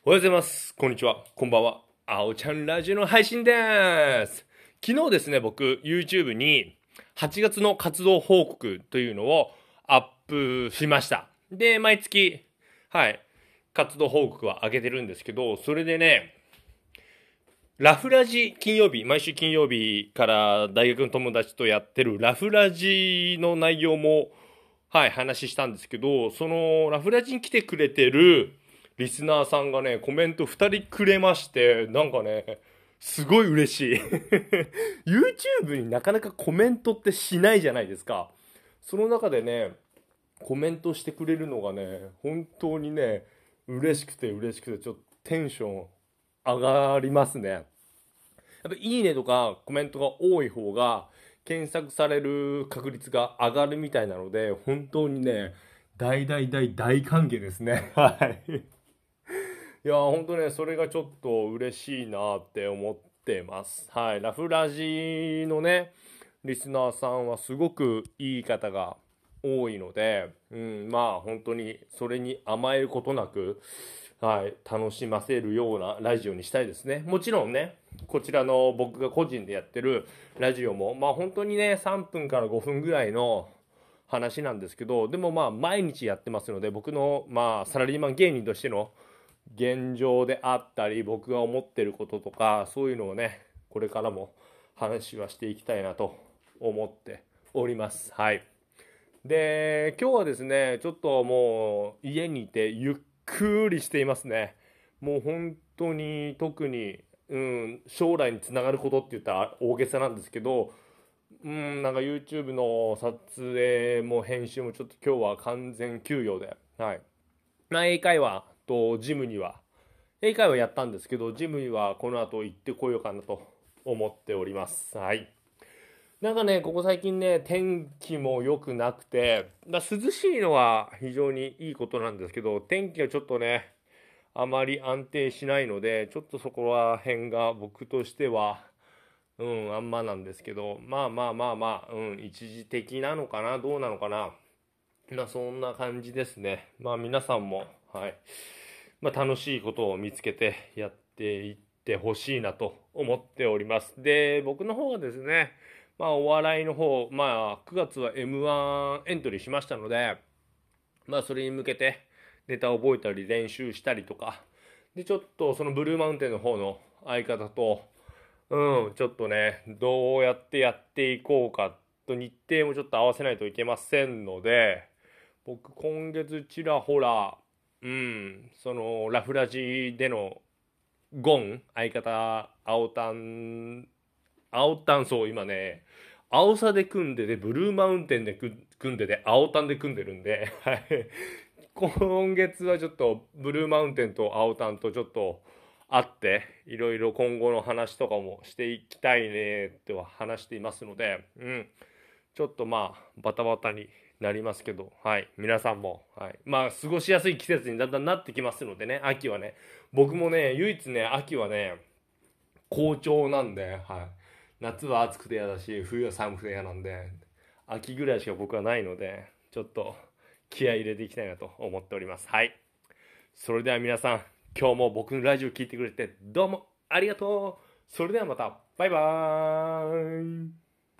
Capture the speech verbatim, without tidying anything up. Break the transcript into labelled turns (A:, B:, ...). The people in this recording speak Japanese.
A: おはようございます。こんにちは。こんばんは。あおちゃんラジオの配信です。昨日ですね、僕、YouTube にはちがつの活動報告というのをアップしました。で、毎月、はい、活動報告は上げてるんですけど、それでね、ラフラジ金曜日、毎週金曜日から大学の友達とやってるラフラジの内容も、はい、話したんですけど、そのラフラジに来てくれてるリスナーさんがね、コメントふたりくれまして、なんかね、すごい嬉しい。YouTube になかなかコメントってしないじゃないですか。その中でね、コメントしてくれるのがね、本当にね、嬉しくて嬉しくて、ちょっとテンション上がりますね。やっぱいいねとかコメントが多い方が検索される確率が上がるみたいなので、本当にね、大大大大歓迎ですね。はい。いやー、ほんとね、それがちょっと嬉しいなって思ってます。はい。ラフラジのね、リスナーさんはすごくいい方が多いので、うん、まあ本当にそれに甘えることなく、はい、楽しませるようなラジオにしたいですね。もちろんね、こちらの僕が個人でやってるラジオも、まあ本当にね、さんぷんからごふんぐらいの話なんですけど、でもまあ毎日やってますので、僕のまあサラリーマン芸人としての現状であったり、僕が思ってることとか、そういうのをね、これからも話はしていきたいなと思っております。はい。で、今日はですね、ちょっともう家にいてゆっくりしていますね。もう本当に特に、うん、将来につながることって言ったら大げさなんですけど、うん、なんか YouTube の撮影も編集もちょっと今日は完全休養で、はい。まあ、英会話とジムには、英会話やったんですけど、ジムにはこの後行ってこようかなと思っております。はい。なんかね、ここ最近ね、天気も良くなくて、まあ、涼しいのは非常にいいことなんですけど、天気がちょっとね、あまり安定しないので、ちょっとそこら辺が僕としては、うん、あんまなんですけど、まあまあまあまあ、うん、一時的なのかな、どうなのかな。まあそんな感じですね。まあ皆さんも、はい。まあ楽しいことを見つけてやっていってほしいなと思っております。で、僕の方がですね、まあお笑いの方、まあくがつは エムワン エントリーしましたので、まあそれに向けてネタを覚えたり練習したりとか、で、ちょっとそのブルーマウンテンの方の相方と、うん、ちょっとね、どうやってやっていこうかと日程もちょっと合わせないといけませんので、僕今月ちらほら、うん、そのラフラジでのゴン、相方、青タン、青タン、そう、今ね、青さで組んでて、ブルーマウンテンで組んでて、青タンで組んでるんで、はい。今月はちょっと、ブルーマウンテンと青タンとちょっと会って、いろいろ今後の話とかもしていきたいね、っては話していますので、うん。ちょっとまあ、バタバタになりますけど、はい。皆さんも、はい。まあ、過ごしやすい季節にだんだんなってきますのでね、秋はね。僕もね、唯一ね、秋はね、好調なんで、はい。夏は暑くて嫌だし、冬は寒くて嫌なんで、秋ぐらいしか僕はないので、ちょっと気合い入れていきたいなと思っております。はい。それでは皆さん、今日も僕のラジオ聞いてくれてどうもありがとう。それではまた、バイバーイ。